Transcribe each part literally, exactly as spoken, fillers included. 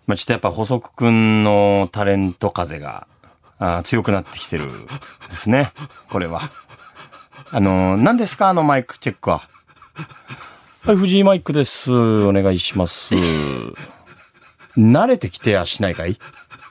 まあ、ちょっとやっぱ細くくんのタレント風があ強くなってきてるですね。これは。あの、何ですかあのマイクチェックは。はい、藤井マイクです。お願いします。慣れてきてやしないかい？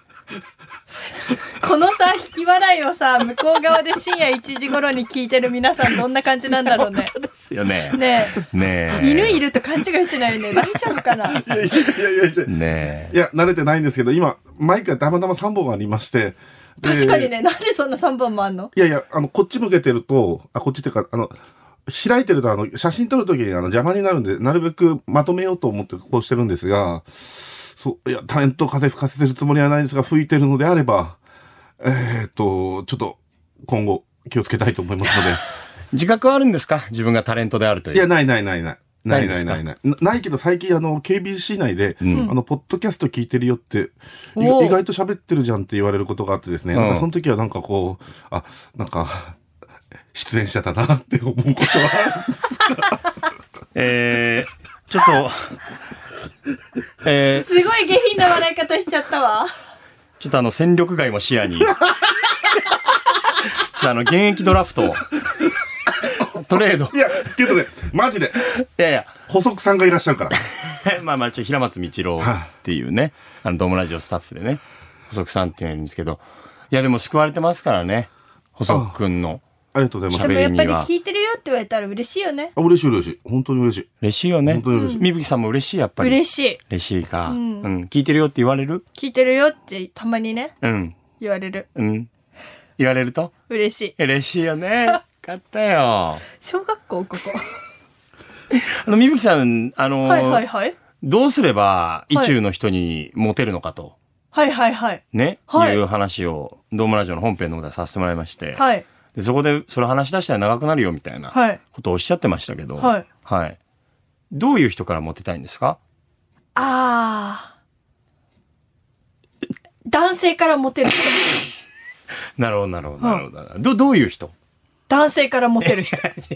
このさ、引き笑いをさ、向こう側で深夜いちじ頃に聞いてる皆さんどんな感じなんだろうね。 本当ですよね。 ねえ。ねえ。犬いると勘違いしてないよね。大丈夫かな。いやいやいやいやいや。 ねえ。いや、慣れてないんですけど、今、マイクがたまたまさんぼんありまして。 確かにね、なんでそんなさんぼんもあんの？ いやいや、あの、こっち向けてると、あ、こっちっていうか、あの、開いてると、あの、写真撮るときにあの邪魔になるんで、なるべくまとめようと思ってこうしてるんですが、そう、いや、タレント風吹かせてるつもりはないんですが、吹いてるのであれば、えー、っと、ちょっと、今後、気をつけたいと思いますので。 自覚はあるんですか？自分がタレントであるという。 いや、ないないないない。ないないないない。ないけど最近あの、ケービーシー 内で、うん、あの、ポッドキャスト聞いてるよって、意外と喋ってるじゃんって言われることがあってですね、うん、なんかその時はなんかこう、あ、なんか、出演しちゃったなって思うことはあるんですが。 えー、ちょっと、 えー、すごい下品な笑い方しちゃったわ。 ちょっとあの戦力外も視野にちょっとあの現役ドラフトトレードいやけどねマジでいやいや補足さんがいらっしゃるからまあまあちょ平松道郎っていうねあのドームラジオスタッフでね補足さんっていうのがいるんですけどいやでも救われてますからね補足くんのありがとうございます。 でもやっぱり聞いてるよって言われたら嬉しいよね。 あ、嬉しい嬉しい。本当に嬉しい。 嬉しいよね。 本当に嬉しい。 みぶきさんも嬉しいやっぱり。 嬉しい。 嬉しいか。うん。うん、聞いてるよって言われる？ 聞いてるよってたまにね。 うん。 言われる。 うん。言われると？ 嬉しい。 嬉しいよね。買ったよ。 小学校ここ。 あのみぶきさんあのー、 はいはいはい。 どうすれば意中の人にモテるのかと。 はいはいはい。 ね、 はい、 いう話をドームラジオの本編の方でさせてもらいまして。 はい。 でそこでそれ話し出したら長くなるよみたいなことをおっしゃってましたけど、 はい。 はい。どういう人からモテたいんですか？ あー。男性からモテる人。 なるほど、なるほど、なるほど。ど、どういう人？ 男性からモテる人。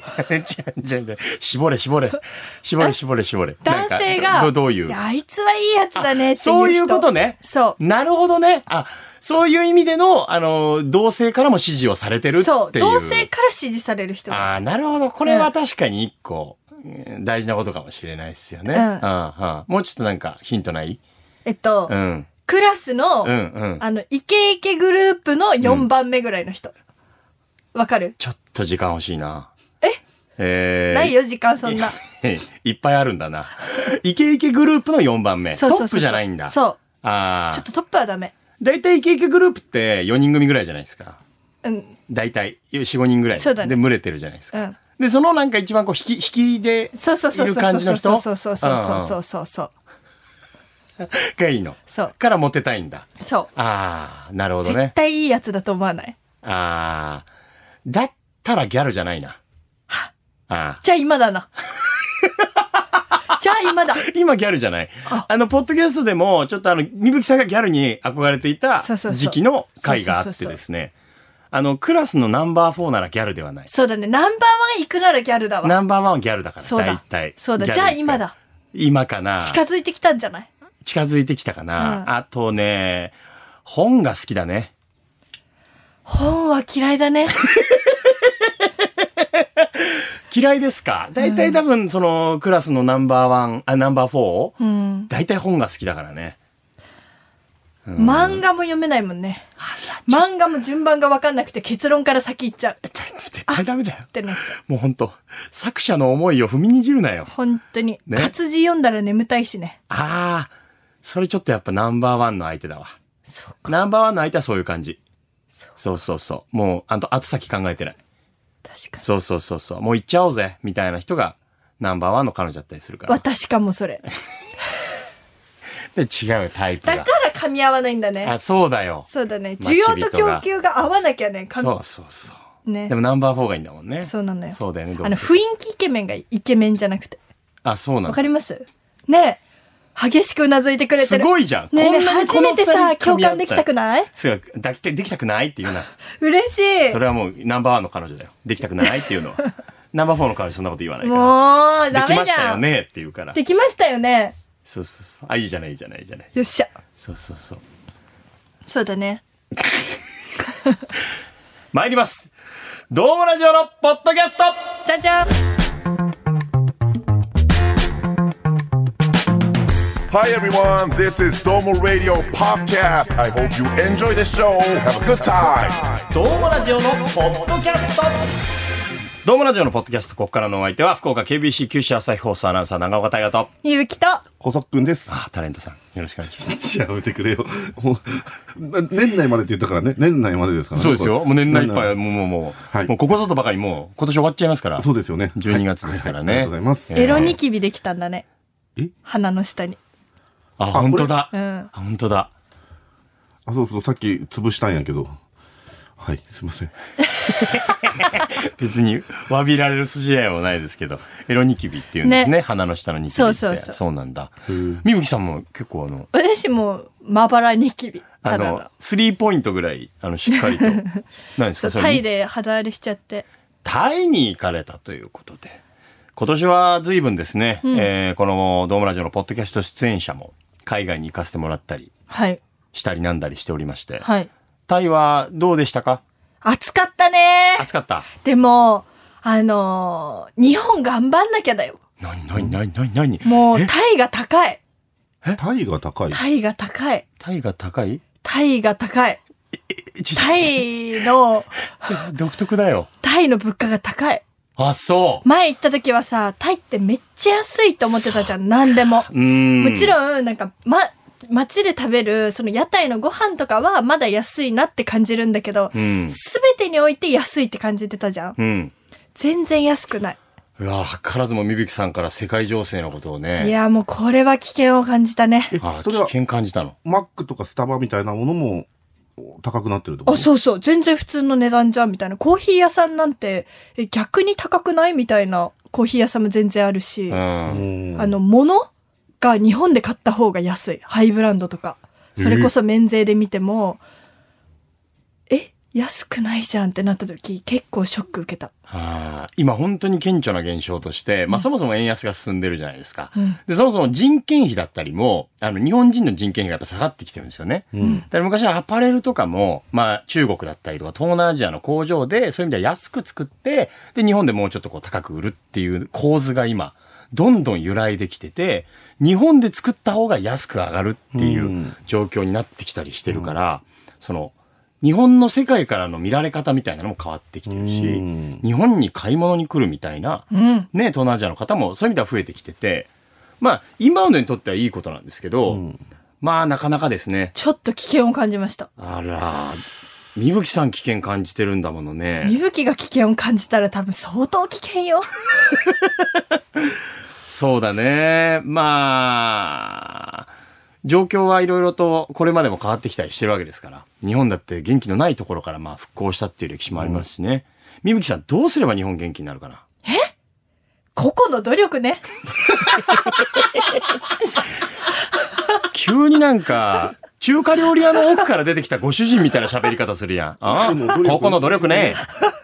絞れ、絞れ。絞れ、絞れ、絞れ。 男性が、 ど、どういう？ いや、あいつはいいやつだねっていう人。 そういうことね。 そう。 なるほどね。あ、そういう意味での、あの、同性からも支持をされてるっていう。 そう。同性から支持される人。 ああ、なるほど。これは確かに一個、うん、大事なことかもしれないですよね。うん。うん、うん。もうちょっとなんかヒントない？ えっと、うん。クラスの、うんうん、あの、イケイケグループのよんばんめぐらいの人。わ、うん、かる？ ちょっと時間欲しいな。 ええー、 ないよ、時間そんな。 いっぱいあるんだな。イケイケグループのよんばんめ。そうそうそうそうトップじゃないんだ。 そう。 ああ。 ちょっとトップはダメ。 だいたいイケイケグループってよにん組ぐらいじゃないですか。うん。だいたいよん、ごにんぐらい。そうだね。で、群れてるじゃないですか。うん。で、そのなんか一番こう、引き、引きで、いる感じの人。 そうそうそうそうそうそうそう。 がいいの。そう。からモテたいんだ。 そう。 ああ、なるほどね。 絶対いいやつだと思わない？ ああ。だったらギャルじゃないな。 はあ。じゃあ今だな。じゃあ今だ。 今ギャルじゃない。あ, あの、ポッドキャストでも、ちょっとあの、みぶきさんがギャルに憧れていた時期の回があってですね。あの、クラスのナンバーフォーならギャルではない。 そうだね。ナンバーワン行くならギャルだわ。 ナンバーワンはギャルだから。 そうだ。 大体。 そうだ。じゃあ今だ。 今かな。 近づいてきたんじゃない？ 近づいてきたかな。うん、あとね、本が好きだね。 本は嫌いだね。 嫌いですか？大体多分そのクラスのナンバーワン、あ、ナンバーフォー、うん、大体本が好きだからね。 うん、漫画も読めないもんね。漫画も順番が分かんなくて結論から先行っちゃう。 絶対ダメだよ。 ってなっちゃう。 もう本当作者の思いを踏みにじるなよ。 本当に。ね、活字読んだら眠たいしね。 ああ、それちょっとやっぱナンバーワンの相手だわ。そうか。ナンバーワンの相手はそういう感じ。そうそうそうそう。もう、あと後先考えてない。 確かに。 そうそうそうそう。もう行っちゃおうぜみたいな人がナンバーワンの彼女だったりするから。 私かもそれ。 で違うタイプが。 だから噛み合わないんだね。 あ、そうだよ。 そうだね。需要と供給が合わなきゃね。 そうそうそう。ね。でもナンバーフォーがいいんだもんね。 そうなのよ。 そうだよね。 あの雰囲気イケメンがイケメンじゃなくて。 あ、そうなの。 わかります？ねえ。激しくうなずいてくれてる。 すごいじゃん。 ねえねえ、初めてさ、共感できたくない？ すごい、抱きて、できたくないっていうな。 嬉しい。 それはもうナンバーワンの彼女だよ。できたくないっていうのは。ナンバーフォーの彼女そんなこと言わないから。 もう、ダメじゃん。 できましたよねって言うから。 できましたよね。 そうそうそう。あ、いいじゃない、いいじゃない、いいじゃない。 よっしゃ。 そうそうそう。 そうだね。 参ります。どうもラジオのポッドキャスト。 じゃんじゃん。 Hi everyone, this is Domo Radio Podcast. I hope you enjoy the show. Have a good time. どうもラジオのポッドキャスト。どうもラジオのポッドキャスト、ここからのお相手は福岡 ケービーシー 九州朝日放送アナウンサー長岡大和とゆうきと小崎くんです。 あ、タレントさんよろしくお願いします。 やめてくれよ。もう年内までって言ったからね。年内までですからね。 そうですよ。もう年内いっぱいもうもうもう、はい、もうここぞとばかりもう今年終わっちゃいますから。 そうですよね。 じゅうにがつですからね。 はいはい、ありがとうございます。 エロニキビできたんだね。 え？ 鼻の下に。 あ、本当だ。 うん。 あ、本当だ。 あ、そうそう、さっき潰したんやけど。はい、すいません。 別に詫びられる筋合いもないですけど、エロニキビっていうんですね。ね、鼻の下のニキビって。そうそうそう。そうなんだ。みぶきさんも結構あの。 私もまばらニキビ。 あの、スリーポイントぐらい、あの、しっかりと。何ですかそれ。 タイで肌荒れしちゃって。 タイに行かれたということで。今年は随分ですね、うん、えー、このドームラジオのポッドキャスト出演者も海外に行かせてもらったり、はい。したりなんだりしておりまして。はい。タイはどうでしたか？ 暑かったね。 暑かった。 でも、あのー、日本頑張んなきゃだよ。 なになになになになにもう、タイが高い。 えタイが高いタイが高い。 タイが高いタイが高い。タイの、 独特だよ。 タイの物価が高い。 あ、そう。 前行った時はさ、タイってめっちゃ安いと思ってたじゃん、何でも。うん。もちろん、なんか、ま、街で食べるその屋台のご飯とかはまだ安いなって感じるんだけど、すべ、うん、てにおいて安いって感じてたじゃん。うん、全然安くない。 うわ、図らずもみぶきさんから世界情勢のことをね。 いや、もうこれは危険を感じたね。 あ、それは危険感じたの。 マックとかスタバみたいなものも高くなってるってこと？ あ、そうそう。全然普通の値段じゃんみたいな。コーヒー屋さんなんてえ逆に高くないみたいなコーヒー屋さんも全然あるし、うん、あの、物が日本で買った方が安い。ハイブランドとか。それこそ免税で見ても、えー、安くないじゃんってなった時、結構ショック受けた。 はあ、今本当に顕著な現象として、まあそもそも円安が進んでるじゃないですか。うん、で、そもそも人件費だったりも、あの、日本人の人件費がやっぱ下がってきてるんですよね。うん、だから昔はアパレルとかも、まあ中国だったりとか東南アジアの工場で、そういう意味では安く作って、で、日本でもうちょっとこう高く売るっていう構図が今、どんどん揺らいできてて、日本で作った方が安く上がるっていう状況になってきたりしてるから、うん、その、日本の世界からの見られ方みたいなのも変わってきてるし、うん、日本に買い物に来るみたいな、うん、ね、東南アジアの方もそういう意味では増えてきてて、まあ、インバウンドにとってはいいことなんですけど、うん、まあ、なかなかですね。 ちょっと危険を感じました。 あら、みぶきさん危険感じてるんだものね。 みぶきが危険を感じたら多分相当危険よ。 そうだね。まあ、状況はいろいろとこれまでも変わってきたりしてるわけですから。日本だって元気のないところからまあ復興したっていう歴史もありますしね。みぶきさんどうすれば日本元気になるかな？ え？個々の努力ね。 急になんか、中華料理屋の奥から出てきたご主人みたいな喋り方するやん。ああ、個々の努力ね。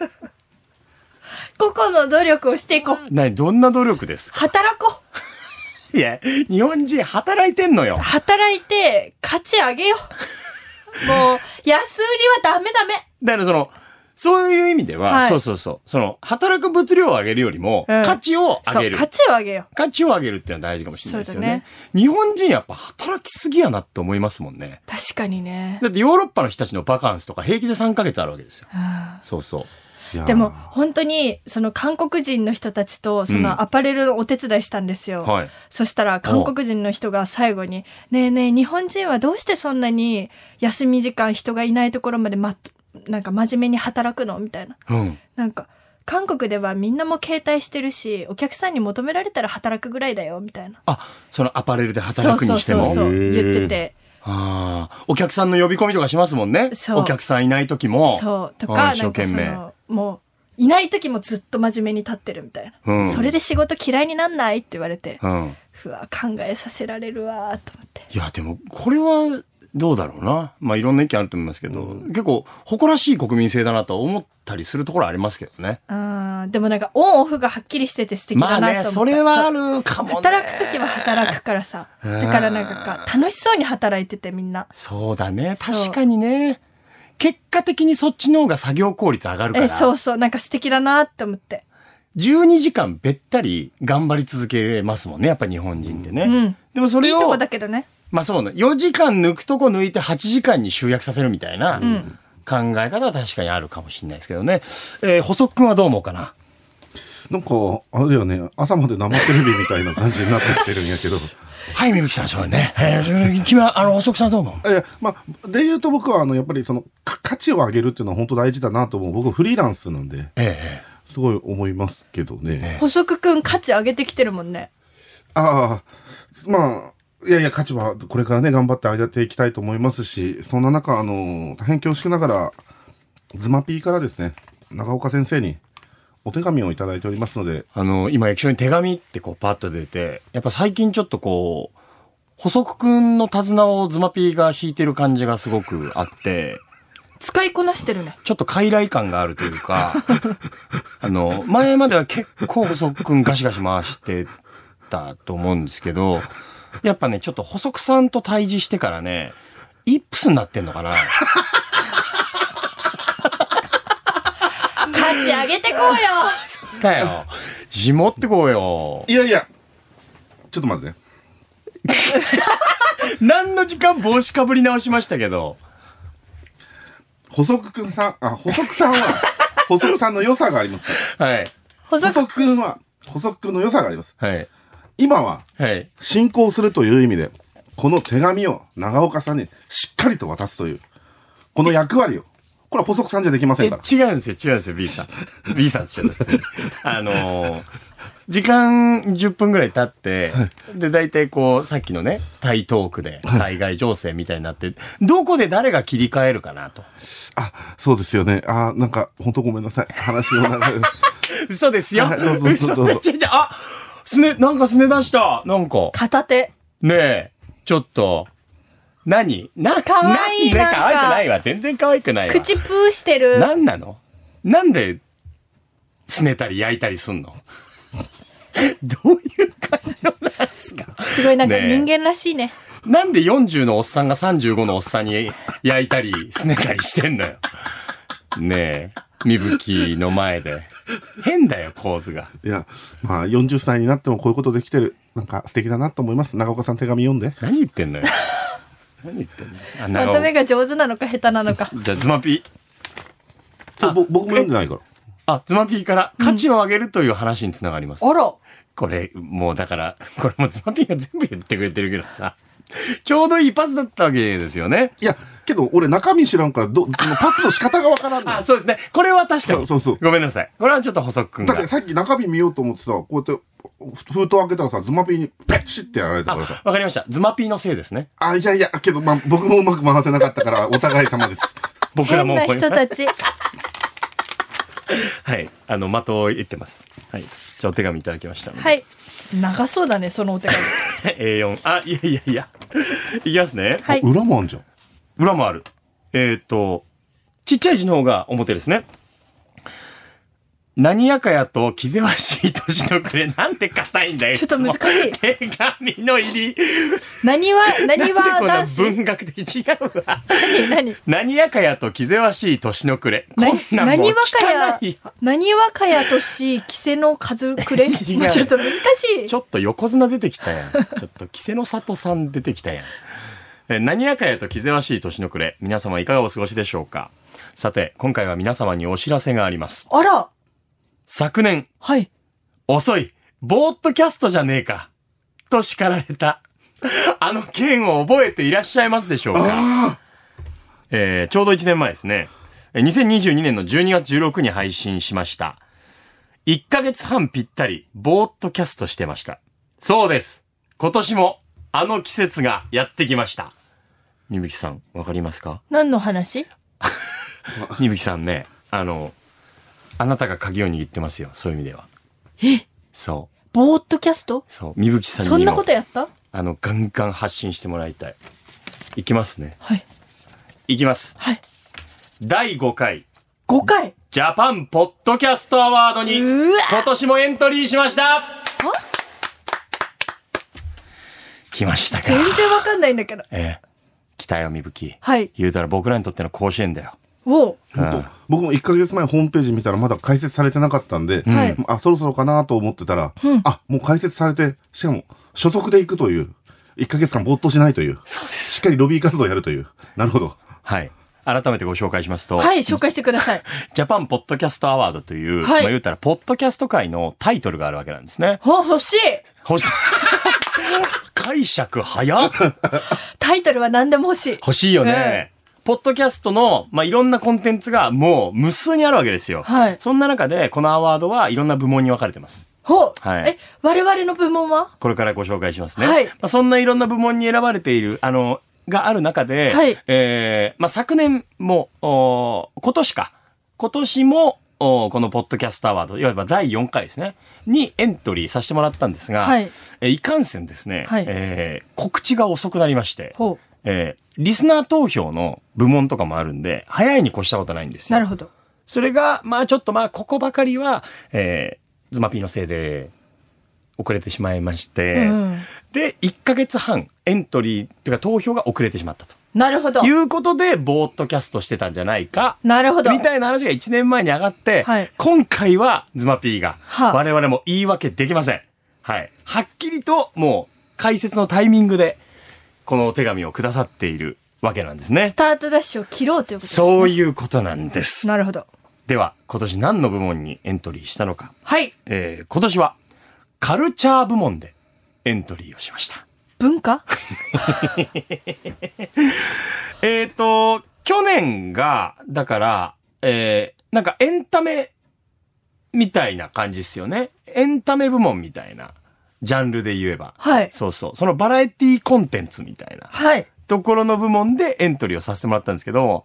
個々の努力をしていこう。 何、どんな努力ですか？ 働こう。いや、日本人働いてんのよ。 働いて、価値上げよう。もう、安売りはダメダメ。 だからその、そういう意味では、はい、そうそうそう。その、働く物量を上げるよりも、うん、価値を上げる。 価値を上げよう。 価値を上げるっていうのは大事かもしれないですよね。ね、日本人やっぱ働きすぎやなって思いますもんね。 確かにね。 だってヨーロッパの人たちのバカンスとか平気でさんかげつあるわけですよ。そうそう。 でも本当にその韓国人の人たちとそのアパレルのお手伝いしたんですよ、うんはい、そしたら韓国人の人が最後にねえねえ日本人はどうしてそんなに休み時間人がいないところまで、ま、なんか真面目に働くのみたいな、うん、なんか韓国ではみんなも携帯してるしお客さんに求められたら働くぐらいだよみたいな。 あ、そのアパレルで働くにしても。 そうそうそうそう言ってて、 ああ、お客さんの呼び込みとかしますもんね。お客さんいない時も。 そう。とか、一生懸命。なんかその、もう、いない時もずっと真面目に立ってるみたいな。うん、それで仕事嫌いになんないって言われて。うん。うわ、考えさせられるわ、と思って。 いや、でも、これは、どうだろうな。まあ、いろんな意見あると思いますけど、うん、結構、誇らしい国民性だなと思ったりするところありますけどね。 ああ、 あでもなんかオンオフがはっきりしてて素敵だなと思った。まあね、 それはあるかもね。 働くときは働くからさ。だからなんか楽しそうに働いててみんな。 そうだね。確かにね。結果的にそっちの方が作業効率上がるから。 え、そうそう。なんか素敵だなって思って。 じゅうにじかんべったり頑張り続けますもんね。やっぱ日本人ってね。うん。でもそれを。 いいとこだけどね。 まあそうね。よじかん抜くとこ抜いてはちじかんに集約させるみたいな考え方は確かにあるかもしれないですけどね。えー、細くんはどう思うかな。 なんか、あれよね、朝まで生テレビみたいな感じになってきてるんやけど。 はい、みぶきさん、そうね。えー、君は、あの、細くさんどう思う？ いや、まあ、で言うと僕は、あの、やっぱりその、価値を上げるっていうのは本当大事だなと思う。僕フリーランスなんで、ええ、すごい思いますけどね。ね、 細くん価値上げてきてるもんね。 ああ、まあ、いやいや、価値はこれからね、頑張って上げていきたいと思いますし、そんな中、あの、大変恐縮ながら、ズマピーからですね、長岡先生にお手紙をいただいておりますので。 あの、今液晶に手紙ってこうパッと出て、やっぱ最近ちょっとこう、細くんの手綱をズマピーが引いてる感じがすごくあって、 使いこなしてるね。 ちょっと傀儡感があるというか、あの、前までは結構細くんガシガシ回してたと思うんですけど、やっぱね、ちょっと細くさんと対峙してからね、イップスになってんのかな。 価値上げてこうよ。 そうだよ。自信持ってこうよ。 いやいや、ちょっと待ってね。 何の時間帽子かぶり直しましたけど。 細くんさん、あ、細くさんは、細くさんの良さがありますから。はい。細くんは、細くんの良さがあります。はい。今は、はい。進行するという意味で、この手紙を長岡さんにしっかりと渡すという、この役割を、これは細くさんじゃできませんから。 違うんですよ、違うんですよ、B さん。B さんって言っちゃった、普通に。あのー、時間じゅっぷんぐらい経って、で、大体こう、さっきのね、タイトークで海外情勢みたいになって、どこで誰が切り替えるかなと。 あ、そうですよね。あ、なんか、本当ごめんなさい。話を長い。 嘘ですよ。どうぞどうぞ。あ、すね、なんかすね出した。なんか。 片手。 ねえ、ちょっと。何な、 かわいい。 なんか可愛くないわ。全然可愛くないわ。 口プーしてる。 何なの？なんで、すねたり焼いたりすんの？どういう感情なんすか？ すごいなんか人間らしいね。 なんでよんじゅうのおっさんがさんじゅうごのおっさんに焼いたり、すねたりしてんのよ。ねえ、みぶきの前で。変だよ、構図が。 いや、まあよんじゅっさいになってもこういうことできてる。なんか素敵だなと思います。長岡さん手紙読んで。 何言ってんのよ。何言ってんの？ まとめが上手なのか下手なのか。 じゃあズマピー。僕も読んでないから。 あ、ズマピーから価値を上げるという話につながります。 うん、あら。 これ、もうだから、これもズマピーが全部言ってくれてるけどさ、ちょうどいいパスだったわけですよね。 いや、けど俺中身知らんから、ど、パスの仕方がわからんの。 あ、そうですね。これは確かに。 そうそう。 ごめんなさい。これはちょっと補足くんが。 だってさっき中身見ようと思ってさ、こうやって封筒開けたらさ、ズマピーにペッチってやられたからさ。 わかりました。ズマピーのせいですね。 あ、いやいや、けどまあ僕もうまく回せなかったから、お互い様です。 僕らも。変な人たち。 はい。あの、的を言ってます。はい。じゃあお手紙いただきました。 はい。長そうだね、そのお手紙。 エーよん。あ、いやいやいや。いきますね。 はい。 裏もあるじゃん。 裏もある。えっと、ちっちゃい字の方が表ですね。何やかやと気ぜわしい年の暮れ、なんて硬いんだよ。 ちょっと難しい。 手紙の入り。 何は、何は男子。 文学的違うわ。 何、何何やかやと気ぜわしい年の暮れ。こんなんもう聞かないよ。 何はかやとし、キセの数くれ。ちょっと難しい。 ちょっと横綱出てきたやん。ちょっとキセの里さん出てきたやん。え何やかやと気ぜわしい年の暮れ。皆様いかがお過ごしでしょうか。さて、今回は皆様にお知らせがあります。 あら。 昨年、 はい。 遅い、ボーッドキャストじゃねえか、と叱られた、あの件を覚えていらっしゃいますでしょうか。えー、ちょうどいちねんまえですね。にせんにじゅうにねんのじゅうにがつじゅうろくにちに配信しました。いっかげつはんぴったり、ボーッドキャストしてました。そうです。今年も、あの季節がやってきました。みぶきさん、わかりますか？ 何の話？ みぶきさんね、あの、あなたが鍵を握ってますよ。そういう意味では。 え？ そう。 ボーッドキャスト？ そう。みぶきさんにも。 そんなことやった？ あの、ガンガン発信してもらいたい。いきますね。 はい。 いきます。 はい。 だいごかい。 ごかい？ ジャパンポッドキャストアワードに今年もエントリーしました。来ましたか。 全然わかんないんだけど。 ええ。来たよ、みぶき。 はい。 言うたら僕らにとっての甲子園だよ。 おう。 本当、僕もいっかげつまえホームページ見たらまだ開設されてなかったんで、はい、あ、そろそろかなと思ってたら、うん、あ、もう開設されて、しかも初速で行くという、いっかげつかんぼーっとしないという、 そうです。 しっかりロビー活動をやるという。なるほど。 はい。改めてご紹介しますと。 はい、紹介してください。 ジャパンポッドキャストアワードという、はい、まあ言うたら、ポッドキャスト界のタイトルがあるわけなんですね。 ほ、欲しい欲しい解釈早っタイトルは何でも欲しい。 欲しいよね。えー、ポッドキャストの、まあ、いろんなコンテンツがもう無数にあるわけですよ。はい。そんな中で、このアワードはいろんな部門に分かれてます。 ほう。はい。え、我々の部門はこれからご紹介しますね。はい。まあ、そんないろんな部門に選ばれている、あの、がある中で、はい、えー、まあ、昨年も、お今年か。今年も、おこのポッドキャストアワード、いわばだいよんかいですね。にエントリーさせてもらったんですが、はい、えいかんせんですね、はい、えー、告知が遅くなりまして、ほう、えー、リスナー投票の部門とかもあるんで、早いに越したことないんですよ。 なるほど。 それが、まあちょっとまあここばかりは、えー、ズマピーのせいで、遅れてしまいまして、うん、で、いっかげつはんエントリーというか投票が遅れてしまったと。 なるほど。 いうことで、ボーッドキャストしてたんじゃないか。 なるほど。 みたいな話がいちねんまえに上がって、はい、今回はズマピーが、我々も言い訳できません。はい。はっきりと、もう、解説のタイミングで、このお手紙をくださっているわけなんですね。 スタートダッシュを切ろうということですね。 そういうことなんです。 なるほど。 では、今年何の部門にエントリーしたのか。 はい。 えー、今年は、カルチャー部門でエントリーをしました。 文化えっと、去年が、だから、えー、なんかエンタメみたいな感じですよね。エンタメ部門みたいなジャンルで言えば。はい。そうそう。そのバラエティコンテンツみたいな。はい。ところの部門でエントリーをさせてもらったんですけど、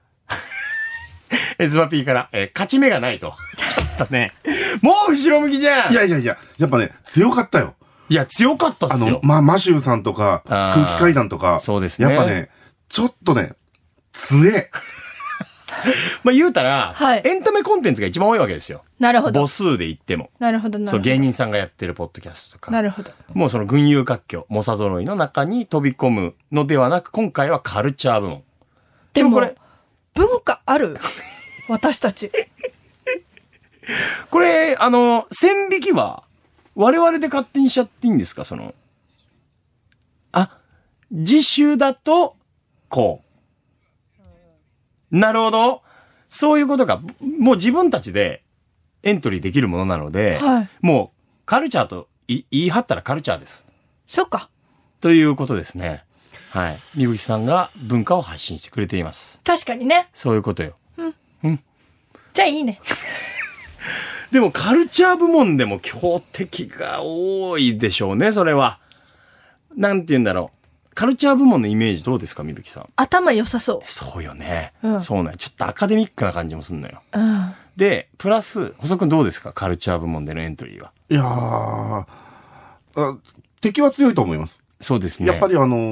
ズマピーから、えー、勝ち目がないと。ちょっとね、もう後ろ向きじゃん。 いやいやいや、やっぱね、強かったよ。 いや、強かったっすよ。 あの、ま、マシューさんとか、空気階段とか、 そうですね。 やっぱね、ちょっとね、強え。 まあ言うたら、はい、エンタメコンテンツが一番多いわけですよ。 なるほど。 母数で言っても。 なるほど、なるほど。 そう、芸人さんがやってるポッドキャストとか。 なるほど。 もうその群雄割拠、猛者揃いの中に飛び込むのではなく、今回はカルチャー部門。 でもこれ、文化ある私たち。 これ、あの、線引きは、我々で勝手にしちゃっていいんですか？その、あ、次週だと、こう。なるほど。そういうことか。もう自分たちでエントリーできるものなので、はい、もうカルチャーと言い張ったらカルチャーです。 そうか。 ということですね。はい。みぶきさんが文化を発信してくれています。 確かにね。 そういうことよ。 うん。うん。じゃあいいね。 でもカルチャー部門でも強敵が多いでしょうね、それは。なんて言うんだろう。カルチャー部門のイメージどうですか、みぶきさん。 頭良さそう。 そうよね。うん、そうね。ちょっとアカデミックな感じもすんのよ。 うん、 で、プラス、細くんどうですか、カルチャー部門でのエントリーは。 いやー、あ、敵は強いと思います。 そうですね。 やっぱりあの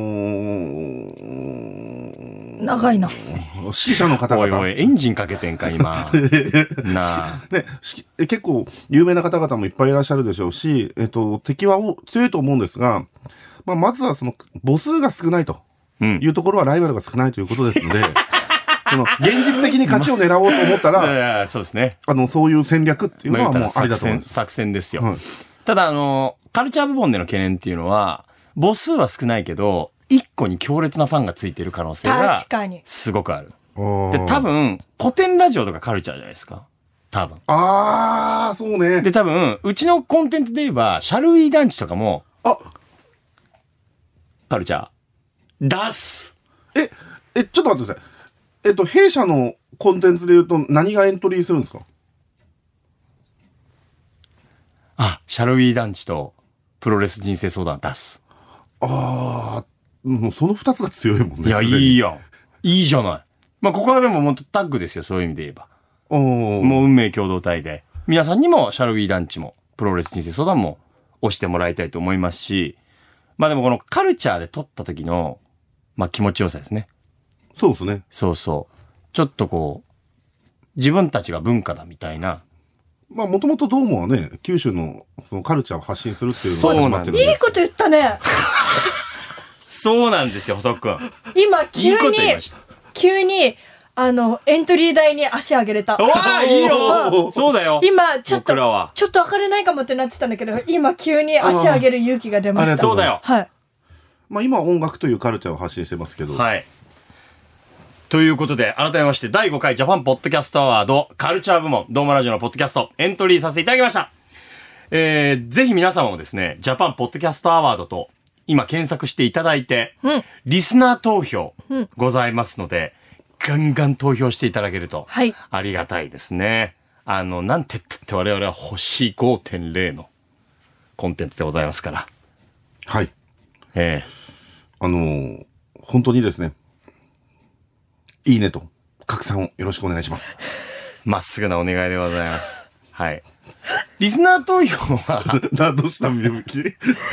ー、 長いな。 指揮者の方々。 おいおい、エンジンかけてんか、今。なあ。 ね、結構有名な方々もいっぱいいらっしゃるでしょうし、えっと、敵は強いと思うんですが、まあ、まずはその母数が少ないというところはライバルが少ないということですので、その現実的に勝ちを狙おうと思ったら、 いやいやそうですね。 あの、そういう戦略っていうのはもうありだと思います。 作戦ですよ。はい、ただ、あの、カルチャー部門での懸念っていうのは、母数は少ないけど、一個に強烈なファンがついている可能性がすごくある。で、多分、古典ラジオとかカルチャーじゃないですか。多分。 あー、そうね。 で、多分、うちのコンテンツで言えば、シャルウィー団地とかも、 あ、 カルチャー出す。 え、え、ちょっと待ってください。えっと、弊社のコンテンツで言うと何がエントリーするんですか？ あ、シャルウィー団地とプロレス人生相談出す。 ああ、もうその二つが強いもんね。 いや、いいやん。いいじゃない。まあ、ここはでももっとタッグですよ、そういう意味で言えば。もう運命共同体で。皆さんにもシャルウィー団地もプロレス人生相談も押してもらいたいと思いますし、まあでもこのカルチャーで撮った時の、まあ気持ちよさですね。 そうですね。 そうそう。ちょっとこう、 自分たちが文化だみたいな。 まあ、もともとドームはね、九州のそのカルチャーを発信するっていうのが始まってるんです。 いいこと言ったね。 そうなんですよ、細くん。 今、急に、 いいこと言いました。 急に、あの、エントリー台に足上げれた。 おーいいよそうだよ。 今、ちょっと僕らは、 ちょっと上がれないかもってなってたんだけど、今、急に足上げる勇気が出ました。 そうだよ。 はい。 まあ、今は音楽というカルチャーを発信してますけど。 はい。ということで、改めましてだいごかいジャパンポッドキャストアワードカルチャー部門ドームラジオのポッドキャストエントリーさせていただきました。えー、ぜひ皆様もですね、ジャパンポッドキャストアワードと今検索していただいて、うん、リスナー投票ございますので、うん、ガンガン投票していただけるとありがたいですね。はい、あの、なんて言ったって我々は星 ごてんゼロ のコンテンツでございますから。 はい。 ええー、あのー、本当にですね、いいねと拡散をよろしくお願いします。 まっすぐなお願いでございます。はい。リスナー投票はなどうしたみゆき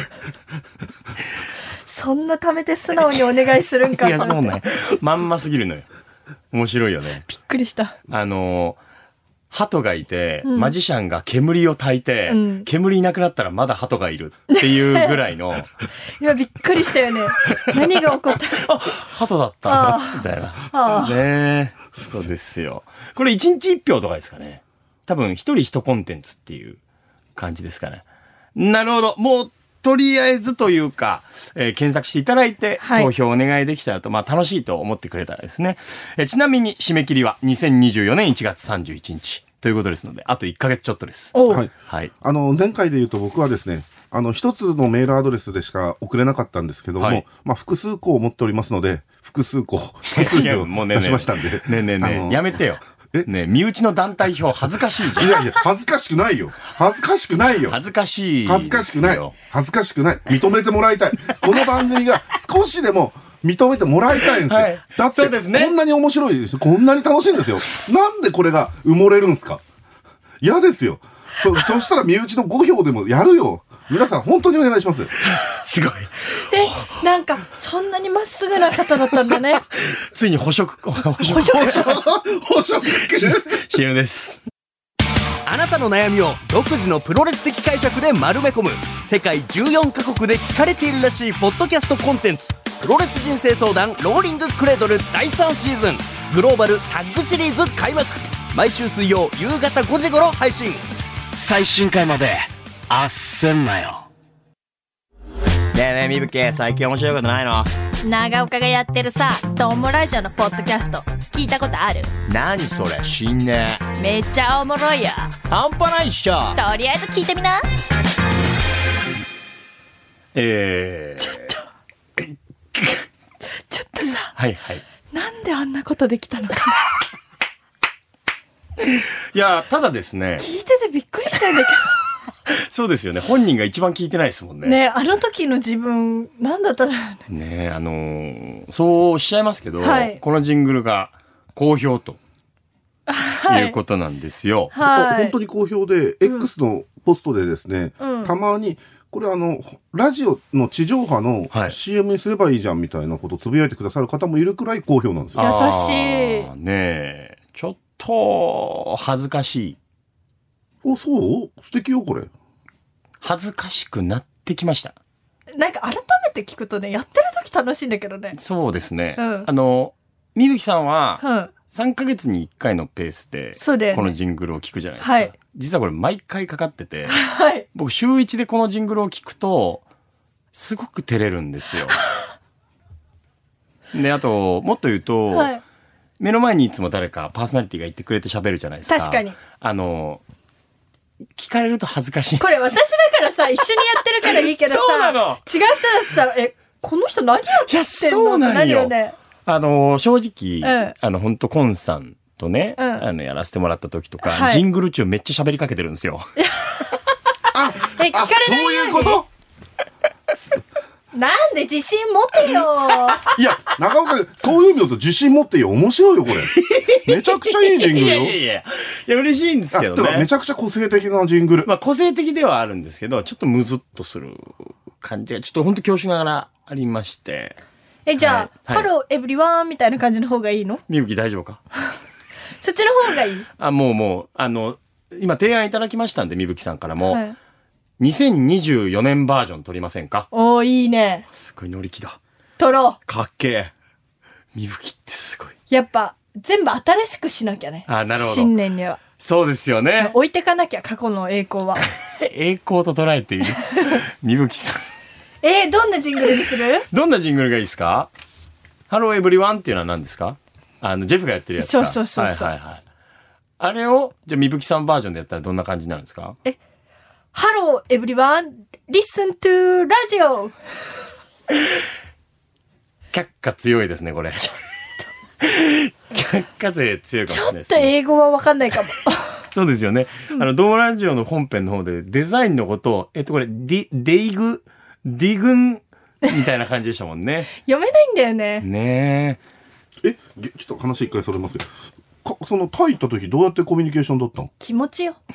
そんなためて素直にお願いするんか。 いやそうね。まんますぎるのよ。面白いよね。 びっくりした。 あの鳩がいて、うん、マジシャンが煙を焚いて、うん、煙いなくなったらまだ鳩がいるっていうぐらいの今びっくりしたよね。何が起こった？ あ、鳩だったみたいな。ねえ、そうですよ。これ一日一票とかですかね。多分一人一コンテンツっていう感じですかね。なるほど。もうとりあえずというか、えー、検索していただいて投票お願いできたらと、はい、まあ楽しいと思ってくれたらですね。えー、ちなみに締め切りはにせんにじゅうよねんいちがつさんじゅういちにちということですので、あといっかげつちょっとです。 はい。はい。あの、前回で言うと僕はですね、あの、一つのメールアドレスでしか送れなかったんですけども、はい、まあ複数個を持っておりますので、複数個、複数個出しましたんで。 ねえねえねえ、やめてよ。えねえ、身内の団体票恥ずかしいじゃん。 いやいや、恥ずかしくないよ。恥ずかしくないよ。 恥ずかしい。 恥ずかしくない。恥ずかしくない。認めてもらいたい。この番組が少しでも認めてもらいたいんですよ。はい、だって、ね、こんなに面白いですよ。こんなに楽しいんですよ。なんでこれが埋もれるんですか？嫌ですよ。そ、そしたら身内のごひょうでもやるよ。皆さん本当にお願いします。 すごい。 え、なんかそんなにまっすぐな方だったんだね。 ついに捕食捕食捕食捕食シーエム です。 あなたの悩みを独自のプロレス的解釈で丸め込む世界じゅうよんカ国で聞かれているらしいポッドキャストコンテンツ、プロレス人生相談ローリングクレードルだいさんシーズングローバルタッグシリーズ開幕。毎週水曜夕方ごじ頃配信。最新回まであっせんなよ。 ねえねえみぶき、最近面白いことないの？ 長岡がやってるさ、ドームラジオのポッドキャスト聞いたことある？ 何それ、知んねえ。めっちゃおもろいよ。 半端ないっしょ。 とりあえず聞いてみな。 えー、 ちょっとちょっとさ、 はいはい、 なんであんなことできたのかいや、ただですね、 聞いててびっくりしたんだけどそうですよね。本人が一番聞いてないですもんね。 ねえ、あの時の自分なんだったらね。 ねえ、あのー、そうおっしゃいますけど、はい、このジングルが好評と、はい、いうことなんですよ。 はい、本当に好評で、うん、X のポストでですね、うん、たまにこれあのラジオの地上波の シーエム にすればいいじゃんみたいなことをつぶやいてくださる方もいるくらい好評なんですよ。 優しい。 ねえ、ちょっと恥ずかしい。 お、そう素敵よこれ。 恥ずかしくなってきました。 なんか改めて聞くとね、やってる時楽しいんだけどね。 そうですね。うん、あのみぶきさんはさんかげつにいっかいのペースでこのジングルを聞くじゃないですか。はい、実はこれ毎回かかってて、はい、僕週いちでこのジングルを聞くとすごく照れるんですよ。で、あともっと言うと、はい、目の前にいつも誰かパーソナリティがいてくれて喋るじゃないですか。 確かに。 あの聞かれると恥ずかしい。 これ私だからさ、一緒にやってるからいいけどさ、 そうなの。 違う人だとさ、え、この人何やってんの？いや、 そうなんよ。ね、あの正直、うん、あの本当コンさんとね、うん、あのやらせてもらった時とか、はい、ジングル中めっちゃ喋りかけてるんですよ。 あ、え、聞かれないように。そういうこと？ なんで自信持ってよ。 いや、長岡、そういう意味だと自信持ってよ。面白いよ、これ。めちゃくちゃいいジングルよ。 いやいやいや。いや、嬉しいんですけどね。 めちゃくちゃ個性的なジングル。 まあ、個性的ではあるんですけど、ちょっとムズっとする感じが、ちょっと本当恐縮ながらありまして。 え、じゃあ、はい、ハローエブリワンみたいな感じの方がいいの？ みゆき大丈夫か？ そっちの方がいい。 あ、もうもう、あの、今提案いただきましたんで、みぶきさんからも、 はい、 にせんにじゅうよねんバージョン撮りませんか？ おー、いいね。 すごい乗り気だ。 撮ろう。 かっけえ。みぶきってすごい。 やっぱ、全部新しくしなきゃね。 あ、なるほど。 新年には。 そうですよね。 置いてかなきゃ、過去の栄光は。 栄光と捉えている。みぶきさん。 えー、どんなジングルにする？ どんなジングルがいいですか？ハローエブリワンっていうのは何ですか？あの、ジェフがやってるやつか。 そうそうそうそう。 はいはいはい。あれを、じゃあみぶきさんバージョンでやったらどんな感じになるんですか？ え、ハローエブリワン、listen to ラジオ。 却下強いですね、これ。却下勢強いかもしれないですね。 ちょっと英語は分かんないかも。 そうですよね。あの、ドームラジオの本編の方でデザインのことを、えっとこれ、ディ、デイグ、ディグンみたいな感じでしたもんね。 読めないんだよね。 ねえ。え、ちょっと話一回それますけど、かそのタイ行った時どうやってコミュニケーション取ったの？ 気持ちよ。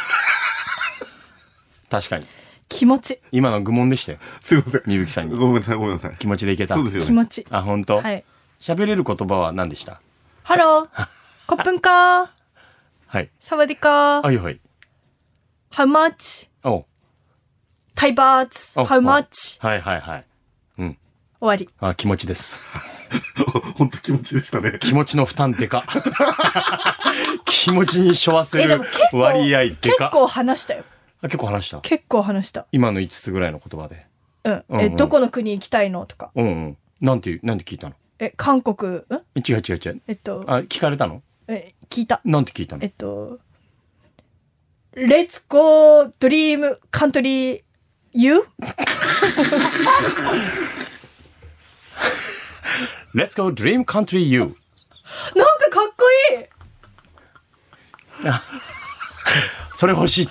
確かに。 気持ち。 今の愚問でしたよ。 すいません。 みぶきさんに。 ごめんなさい、ごめんなさい。 気持ちでいけた。 そうですよね。 気持ち。 あ、本当。 はい。 喋れる言葉は何でした？ ハロー。コップンカー。 はい。 サワディカー。 はいはい。 How much? おタイバーツ。How much? はいはいはい。うん。 終わり。 あ、気持ちです。 本当気持ちでしたね。 気持ちの負担でか。気持ちに背負わせる割合でか。 結構話したよ。 あ、結構話した。 結構話した。 今のいつつぐらいの言葉で。 うん。うんうん、え、どこの国行きたいのとか。 うんうん。なんて、なんて聞いたの？ え、韓国、ん？ 違う違う違う。 えっと。 あ、聞かれたの？ え、聞いた。 なんて聞いたの？ えっと、Let's go dream country you? Let's go dream country you. なんかかっこいい。 それ欲しいって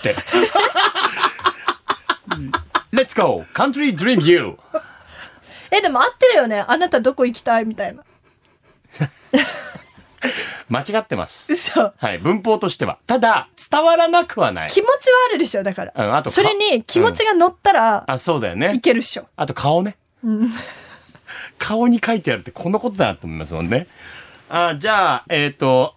。Let's go country dream you. え、でも合ってるよね。あなたどこ行きたいみたいな。 間違ってます。 嘘。 はい。文法としては。ただ、伝わらなくはない。 気持ちはあるでしょ、だから。 うん、あとそれに気持ちが乗ったら、 うん、あ、そうだよね。 いけるっしょ。 あと顔ね。 うん、 顔に書いてあるってこのことだなと思いますもんね。あ、じゃあ、えっと、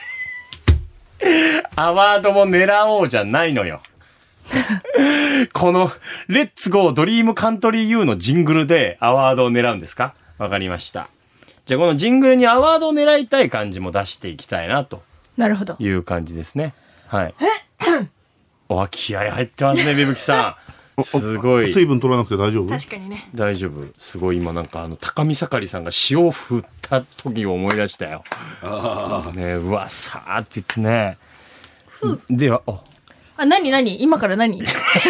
アワードも狙おうじゃないのよ。この、レッツゴードリームカントリーユーのジングルでアワードを狙うんですか？わかりました。じゃあこのジングルにアワードを狙いたい感じも出していきたいなと。 なるほど。 いう感じですね。はい。お、気合入ってますね、みぶきさん。すごい。 水分取らなくて大丈夫？ 確かにね。 大丈夫。すごい今なんかあの、高見盛りさんが塩を振った時を思い出したよ。あね、うわ、さーって言ってね。では、お。 あ、なになに今から何ごめん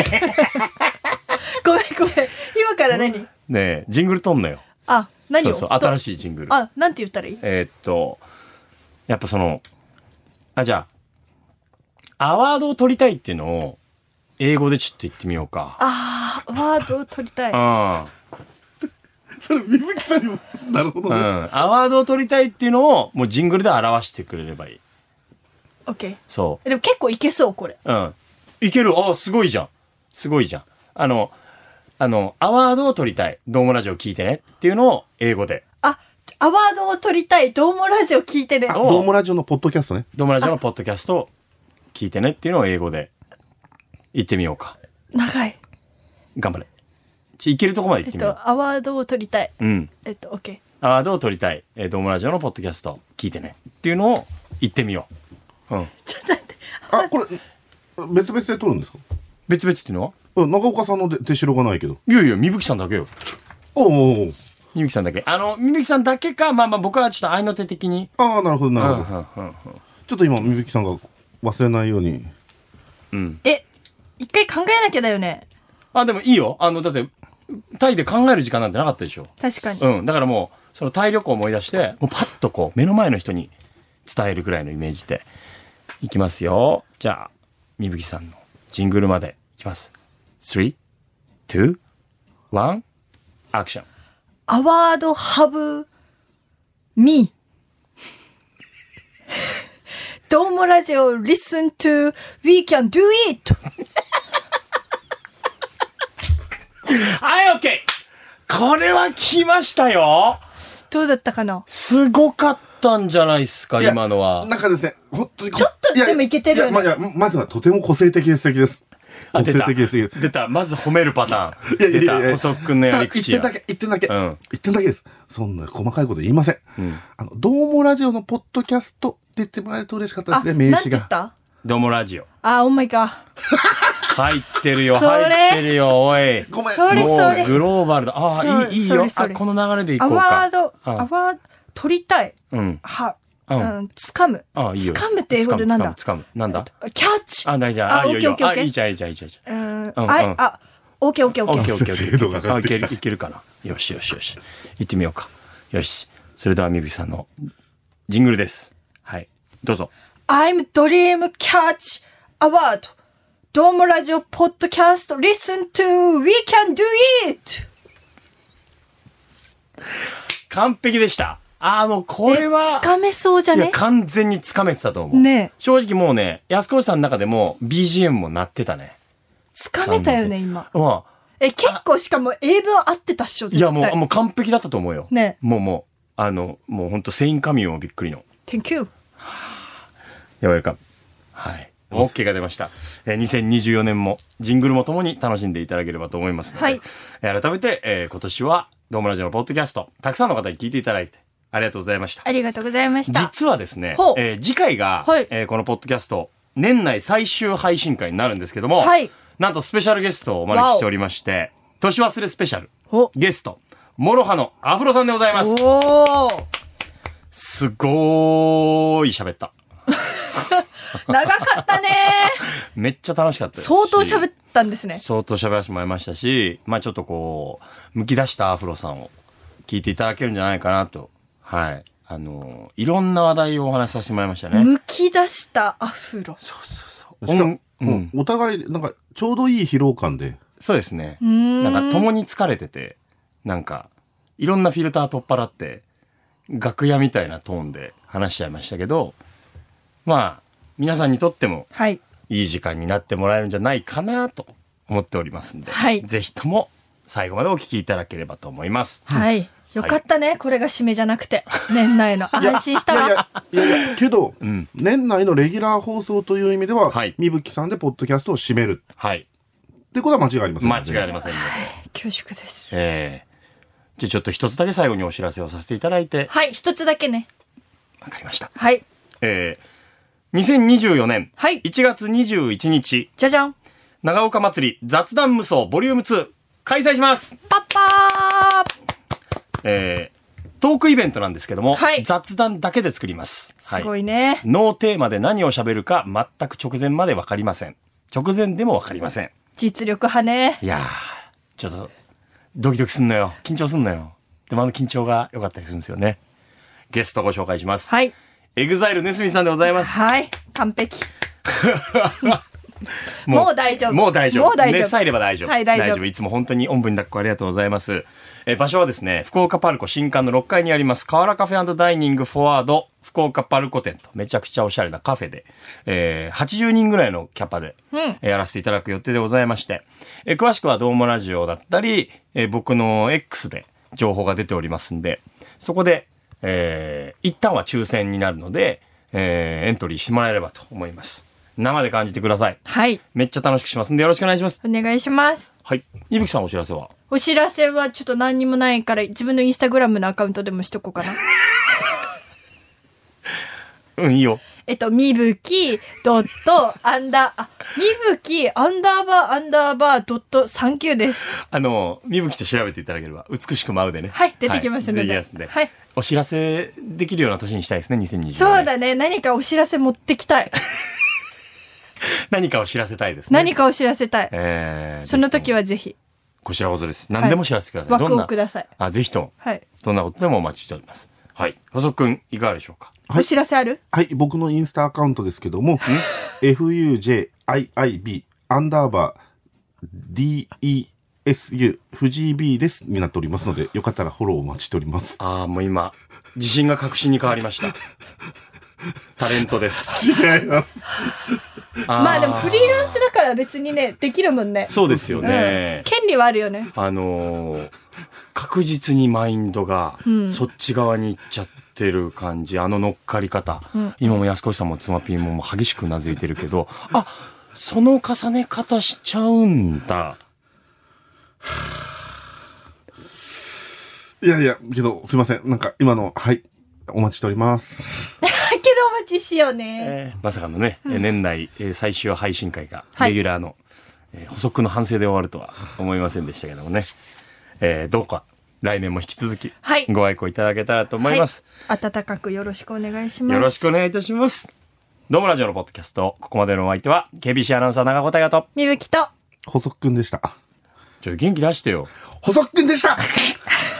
ごめん。今から何ねえ、ジングル撮んのよ。 あ、何を？ そうそう、新しいジングル。 あ、なんて言ったらいい？ えー、っと、やっぱその、あ、じゃあ、アワードを取りたいっていうのを、英語でちょっと言ってみようか。 ああ、ワードを取りたい。 うん。 それ、みぶきさんにも、なるほどね。 うん。アワードを取りたいっていうのを、もうジングルで表してくれればいい。 オッケー。 そう。 でも結構いけそう、これ。 うん。いける。あ、すごいじゃん。すごいじゃん。あの、あの、アワードを取りたい。ドームラジオ聞いてねっていうのを英語で。 あ、アワードを取りたい。ドームラジオ聞いてね。 あ、ドームラジオのポッドキャストね。 ドームラジオのポッドキャストを聞いてねっていうのを英語で言ってみようか。 長い。 頑張れ。ちいけるとこまで言ってみよう。 えっと、アワードを取りたい。 うん。 えっと、オッケー。 アワードを取りたい。えー、ドームラジオのポッドキャスト聞いてねっていうのを言ってみよう。うん。 ちょっと待って。 あ、これ、別々で撮るんですか？ 別々っていうのは？ うん、長岡さんので手代がないけど。 いやいや、みぶきさんだけよ。 おうおうおう。 みぶきさんだけ。あの、みぶきさんだけか、まあまあ僕はちょっと合いの手的に。 ああ、なるほど、なるほど。 うんうんうんうん、 ちょっと今、みぶきさんが忘れないように。 うん。 え、一回考えなきゃだよね。 あ、でもいいよ。あの、だって、タイで考える時間なんてなかったでしょ。 確かに。 うん。だからもう、そのタイ旅行を思い出して、もうパッとこう、目の前の人に伝えるぐらいのイメージで。いきますよ。じゃあ、みぶきさんのジングルまでいきます。three, two, one, action. アワードハブミー。ドームラジオ listen to we can do it. はい、オッケー。これは来ましたよ。 どうだったかな。 すごかったんじゃないですか、今のは。 なんかですね、本当に。 ちょっとでもいけてるよね。 いや、まあ、まずはとても個性的で素敵です。個性的で素敵です。 出た。まず褒めるパターン。いやいやいやいや、細くんのやり口や。 一点だけ、一点だけ。うん。一点だけです。そんな細かいこと言いません。うん。あの、どうもラジオのポッドキャストって言ってもらえると嬉しかったですね、名刺が。 なんて言った？ どうもラジオ。 あ、オーマイガー。 入ってるよ、入ってるよ、おい。 ごめん。 それそれ。 もうグローバルだ。ああ、いい、いいよ。あ、この流れでいこうか。 アワード、アワード、取りたい。 うん。 は、うん、掴む。 あ、いいよ。 掴むって英語でなんだ？ 掴む。なんだ？ キャッチ。 あ、大丈夫。あ、いいよ。あ、いいじゃん、いいじゃん、いいじゃん。 うん。あ、あ、オーケーオーケーオーケー。 オッケーオッケーオッケー。あ、いける、いけるかな。よしよしよし。行ってみようか。よし。それではみぶきさんのジングルです。はい。どうぞ。 I'm Dream Catch Award。どうもラジオポッドキャスト Listen to We Can Do It。 完璧でした。あの、これは。 つかめそうじゃね？ いや、完全につかめてたと思う。 ね。 正直もうね、安越さんの中でも ビージーエム も鳴ってたね。 つかめたよね、今。 まあ。 え、結構しかも英文合ってたっしょ、絶対。 いや、もう、もう完璧だったと思うよ。 ね。 もうもう、あの、もうほんとセインカミューもびっくりの。 Thank you。 やばいか。はい。OK が出ました。えー、にせんにじゅうよねんもジングルもともに楽しんでいただければと思いますので、はい、えー、改めて、えー、今年はドームラジオのポッドキャストたくさんの方に聞いていただいてありがとうございました。 ありがとうございました。 実はですね、えー、次回が、はい、えー、このポッドキャスト年内最終配信会になるんですけども、はい、なんとスペシャルゲストをお招きしておりまして年忘れスペシャルゲストモロハのアフロさんでございます。 おすごーい喋った長かったねめっちゃ楽しかったです。 相当喋ったんですね。 相当喋らせてもらいましたし、まあちょっとこうむき出したアフロさんを聞いていただけるんじゃないかなと、はいあのいろんな話題をお話しさせてもらいましたね。 むき出したアフロ。 そうそうそう。 しかも、うん、お互いなんかちょうどいい疲労感で。 そうですね。んなんか共に疲れてて、なんかいろんなフィルター取っ払って楽屋みたいなトーンで話しちゃいましたけど、まあ皆さんにとってもいい時間になってもらえるんじゃないかなと思っておりますんで、はい、ぜひとも最後までお聞きいただければと思います。 はい、よかったね、はい、これが締めじゃなくて年内の安心したわ。 いやいやいやいやけど、うん、年内のレギュラー放送という意味では、はい、みぶきさんでポッドキャストを締める、はい、ってことは間違いありません、ね、 間違いありませんので、はい、 恐縮です。 えー、じゃあちょっと一つだけ最後にお知らせをさせていただいて。 はい、一つだけね。 わかりました。 はい、 えーにせんにじゅうよねんいちがつにじゅういちにち、 じゃじゃん、 長岡祭り雑談無双ボリュームツー開催します。 パッパー、えー、トークイベントなんですけども、はい、雑談だけで作ります。 すごいね、はい、 ノーテーマで何を喋るか全く直前まで分かりません。直前でも分かりません。 実力派ね。 いやーちょっとドキドキすんのよ、緊張すんのよ。でもあの緊張が良かったりするんですよね。ゲストご紹介します。 はい、 エグザイルネスミさんでございます。 はい、完璧。もう大丈夫。 もう大丈夫。 もう大丈夫。 熱さえれば大丈夫。 はい、大丈夫。 大丈夫。いつも本当におんぶに抱っこありがとうございます。え場所はですね、福岡パルコ新館のろっかいにあります河原カフェ&ダイニングフォワード福岡パルコ店とめちゃくちゃおしゃれなカフェで、えー、はちじゅうにんぐらいのキャパで、うん、やらせていただく予定でございまして、え詳しくはどうもラジオだったり、え僕の X で情報が出ておりますんで、そこで、えー、一旦は抽選になるので、えー、エントリーしてもらえればと思います。生で感じてください。 はい。 めっちゃ楽しくしますんでよろしくお願いします。 お願いします。 はい。いぶきさんお知らせは？ お知らせはちょっと何にもないから自分のインスタグラムのアカウントでもしとこうかな。 うんいいよ。 えっとみぶきドットアンダーあみぶきアンダーバーアンダーバードットさんきゅうです。 あのみぶきと調べていただければ美しく舞うでね。 はい出てきますので。 はい、出てきますんで。 はい。 お知らせできるような年にしたいですねにせんにじゅうよねん。そうだね、何かお知らせ持ってきたい。 何かを知らせたいですね。 何かを知らせたい。 えー、 その時はぜひ。 こちらこそです。何でも知らせてください。 はい、枠をください。 あ、ぜひとも。 はい。 どんなことでもお待ちしております。はい。細くんいかがでしょうか。 はい、お知らせある？ はい、僕のインスタアカウントですけども、エフユージェーアイアイビー アンダーバー ディーイーエスユー 藤井 B ですになっておりますので、よかったらフォローお待ちしております。 ああ、もう今自信が確信に変わりました。タレントです。 違います。 あまあでもフリーランスだから別にねできるもんね。 そうですよね、 うん、権利はあるよね。 あのー、 確実にマインドがそっち側に行っちゃってる感じ、うん、あの乗っかり方、うん、今も安越さんも妻ピーも激しくうなずいてるけど、あ、その重ね方しちゃうんだ。 いやいや、けどすいません、なんか今の、はい、お待ちしておりますけどお待ちしようね、 えー、まさかのね、うん、年内最終配信会がレギュラーの、はい、えー、補足の反省で終わるとは思いませんでしたけどもね、えー、どうか来年も引き続きご愛顧いただけたらと思います、 はい、温かくよろしくお願いします。 よろしくお願いいたします。どうもラジオのポッドキャスト、ここまでのお相手は ケービーシー アナウンサー長子大和とみぶきと細くんでした。 ちょっと元気出してよ。 細くんでした